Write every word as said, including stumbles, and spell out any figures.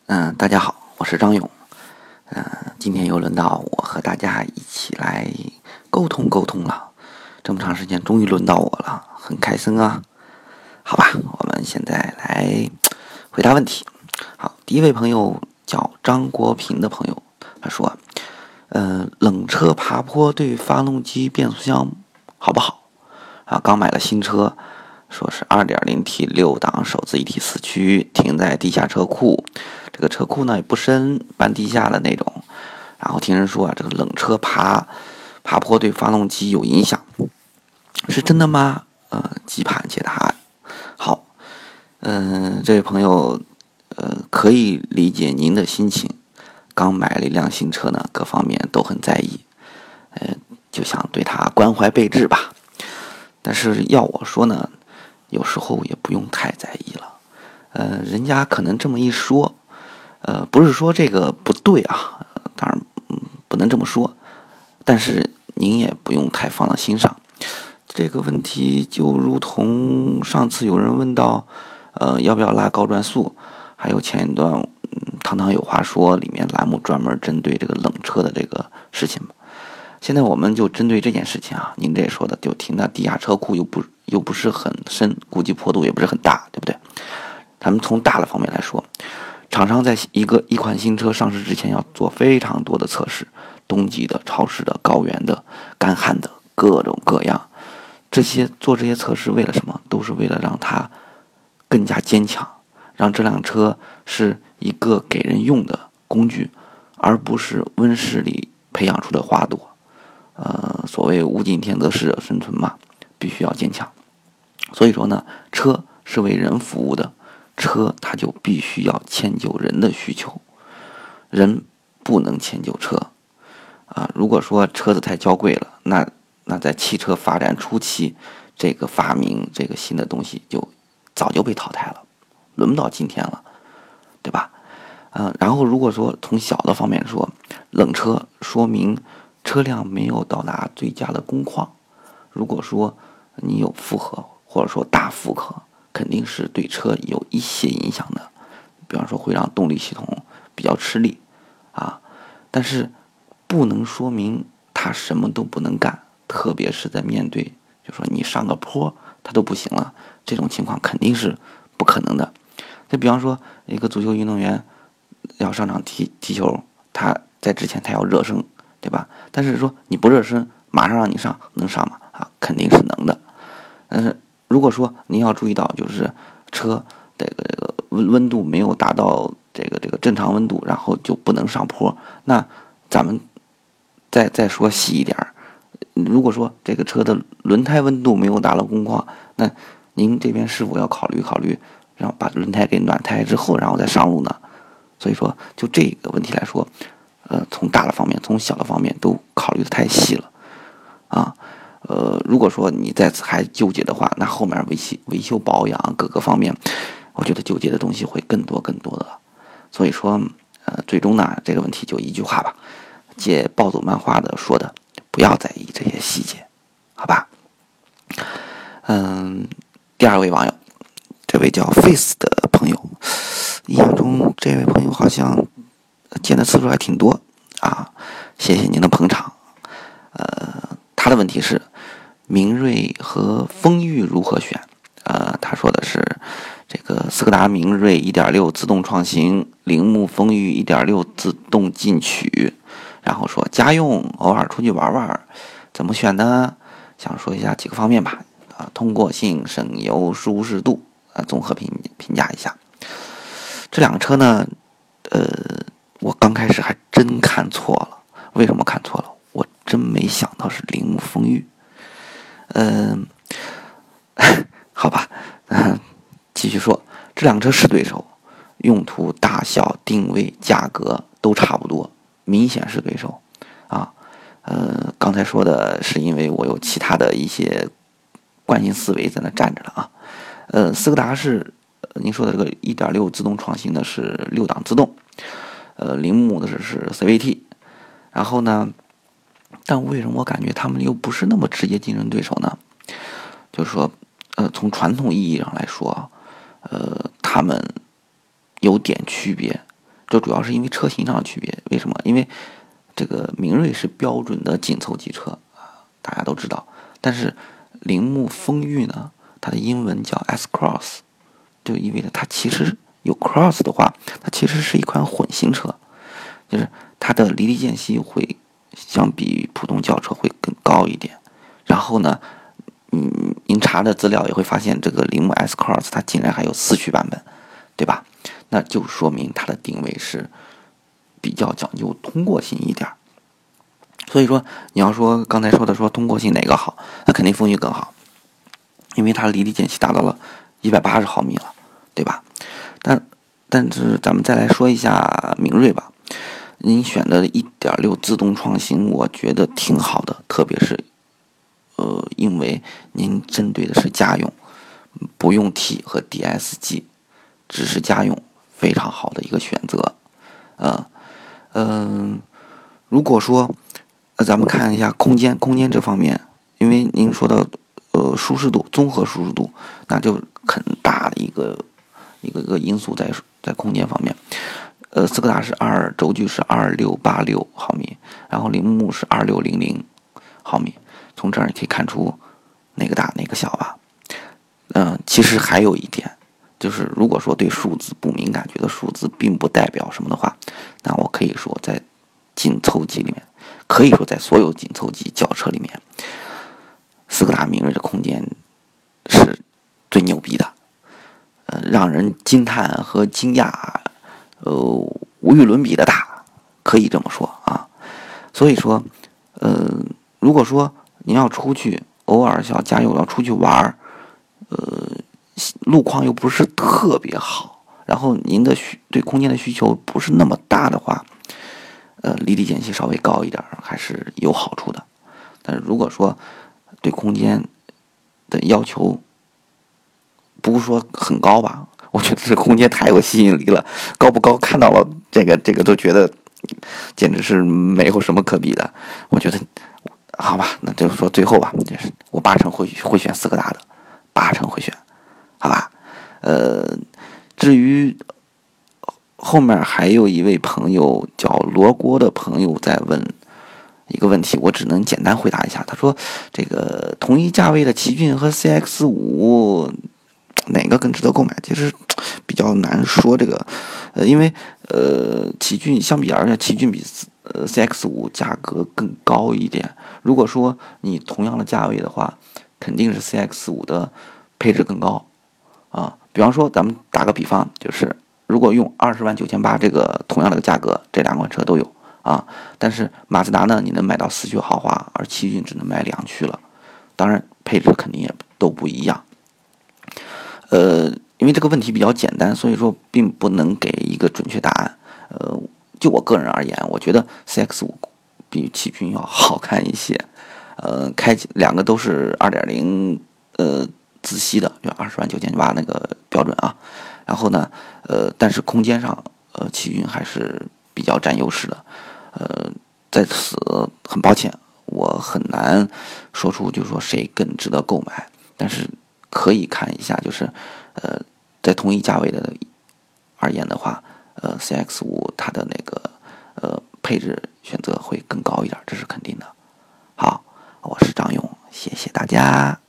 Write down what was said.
嗯，大家好，我是张勇。嗯，今天又轮到我和大家一起来沟通沟通了。这么长时间，终于轮到我了，很开心啊。好吧，我们现在来回答问题。好，第一位朋友叫张国平的朋友，他说：“呃，冷车爬坡对发动机、变速箱好不好？啊，刚买了新车。”说是 二点零 T 六档手自一体四驱，停在地下车库，这个车库呢也不深，半地下的那种。然后听人说啊，这个冷车爬爬坡对发动机有影响，是真的吗？呃，基盘解答。好，嗯、呃，这位朋友，呃，可以理解您的心情，刚买了一辆新车呢，各方面都很在意，呃，就想对他关怀备至吧。但是要我说呢，有时候也不用太在意了，呃，人家可能这么一说，呃，不是说这个不对啊，当然，嗯，不能这么说，但是您也不用太放到心上。这个问题就如同上次有人问到，呃，要不要拉高转速，还有前一段，嗯，堂堂有话说里面栏目专门针对这个冷车的这个事情嘛。现在我们就针对这件事情啊，您这说的就停在地下车库，又不又不是很深，估计坡度也不是很大，对不对？咱们从大的方面来说，厂商在一个一款新车上市之前要做非常多的测试，冬季的、潮湿的、高原的、干旱的，各种各样。这些做这些测试为了什么？都是为了让它更加坚强，让这辆车是一个给人用的工具，而不是温室里培养出的花朵。呃，所谓物竞天择，适者生存嘛，必须要坚强。所以说呢，车是为人服务的，车它就必须要迁就人的需求，人不能迁就车啊。如果说车子太娇贵了，那那在汽车发展初期，这个发明这个新的东西就早就被淘汰了，轮不到今天了，对吧？嗯、呃，然后如果说从小的方面说，冷车说明车辆没有到达最佳的工况。如果说你有负荷，或者说大负荷，肯定是对车有一些影响的，比方说会让动力系统比较吃力啊。但是不能说明它什么都不能干，特别是在面对，就说你上个坡它都不行了，这种情况肯定是不可能的。就比方说一个足球运动员要上场踢踢球，他在之前他要热身，对吧？但是说你不热身，马上让你上，能上吗？啊，肯定是能的。但是如果说您要注意到，就是车这个这个温温度没有达到这个这个正常温度，然后就不能上坡。那咱们再再说细一点儿，如果说这个车的轮胎温度没有达到工况，那您这边是否要考虑考虑，让把轮胎给暖胎之后，然后再上路呢？所以说，就这个问题来说，呃，从大的方面，从小的方面都考虑的太细了啊。呃，如果说你在此还纠结的话，那后面维修、维修保养各个方面，我觉得纠结的东西会更多更多的。所以说，呃，最终呢，这个问题就一句话吧，借暴走漫画的说的，不要在意这些细节，好吧？嗯，第二位网友，这位叫 Face 的朋友，印象中这位朋友好像见的次数还挺多啊，谢谢您的捧场。呃，他的问题是，明锐和风裕如何选？呃，他说的是这个斯柯达明锐 一点六 自动创新，铃木风裕 一点六 自动进取，然后说家用偶尔出去玩玩，怎么选呢？想说一下几个方面吧，啊，通过性、省油、舒适度，啊，综合评评价一下。这两个车呢，呃，我刚开始还真看错了。为什么看错了？我真没想到是铃木风裕。嗯、呃，好吧，嗯、呃，继续说，这两个车是对手，用途、大小、定位、价格都差不多，明显是对手啊。呃，刚才说的是因为我有其他的一些惯性思维在那站着了啊。呃，斯柯达是您说的这个 一点六 自动创新的是六档自动，呃，铃木的是是 C V T， 然后呢，但为什么我感觉他们又不是那么直接竞争对手呢？就是说，呃，从传统意义上来说，呃，他们有点区别， 这主要是因为车型上的区别。为什么？因为这个明锐是标准的紧凑级车啊，大家都知道。但是铃木风裕呢，它的英文叫 S-Cross， 就意味着它其实有 Cross 的话，它其实是一款混型车，就是它的离地间隙会相比普通轿车会更高一点。然后呢，嗯，您查的资料也会发现，这个铃木 S-Cross 它竟然还有四驱版本，对吧？那就说明它的定位是比较讲究通过性一点。所以说，你要说刚才说的说通过性哪个好，那肯定风裕更好，因为它离地间隙达到了一百八十毫米了，对吧？但但是咱们再来说一下明锐吧。您选的 一点六 自动创新，我觉得挺好的，特别是呃，因为您针对的是家用，不用 T 和 D S G， 只是家用，非常好的一个选择。呃，嗯、呃，如果说，呃，咱们看一下空间，空间这方面，因为您说的呃舒适度，综合舒适度，那就很大的一个一个一个因素在在空间方面。呃，斯柯达是二轴距是二六八六毫米，然后铃木是二六零零毫米。从这儿你可以看出哪个大哪个小吧。嗯、呃，其实还有一点，就是如果说对数字不敏感，觉得数字并不代表什么的话，那我可以说在紧凑级里面，可以说在所有紧凑级轿车里面，斯柯达明锐的空间是最牛逼的，呃，让人惊叹和惊讶，呃，无与伦比的大，可以这么说啊。所以说，呃，如果说您要出去，偶尔小家用要出去玩，呃，路况又不是特别好，然后您的需对空间的需求不是那么大的话，呃，离地间隙稍微高一点还是有好处的。但是如果说对空间的要求不是说很高吧，我觉得这空间太有吸引力了，高不高看到了这个这个都觉得简直是没有什么可比的。我觉得好吧，那就说最后吧，就是我八成会会选斯柯达的，八成会选，好吧？呃，至于后面还有一位朋友叫罗锅的朋友在问一个问题，我只能简单回答一下。他说：“这个同一价位的奇骏和 C X 五哪个更值得购买？”其实比较难说这个，呃，因为呃，奇骏相比而言，奇骏比呃 C X 五价格更高一点。如果说你同样的价位的话，肯定是 C X 五的配置更高啊。比方说，咱们打个比方，就是如果用二十万九千八这个同样的价格，这两款车都有啊，但是马自达呢，你能买到四驱豪华，而奇骏只能买两驱了，当然配置肯定也都不一样。呃，因为这个问题比较简单，所以说并不能给一个准确答案。呃，就我个人而言，我觉得 C X 五比奇骏要好看一些。呃，开两个都是 二点零 呃自吸的，就二十万九千八那个标准啊。然后呢，呃，但是空间上，呃，奇骏还是比较占优势的。呃，在此很抱歉，我很难说出就是说谁更值得购买，但是可以看一下，就是呃，在同一价位的而言的话，呃 ，C X 五 它的那个呃配置选择会更高一点，这是肯定的。好，我是张勇，谢谢大家。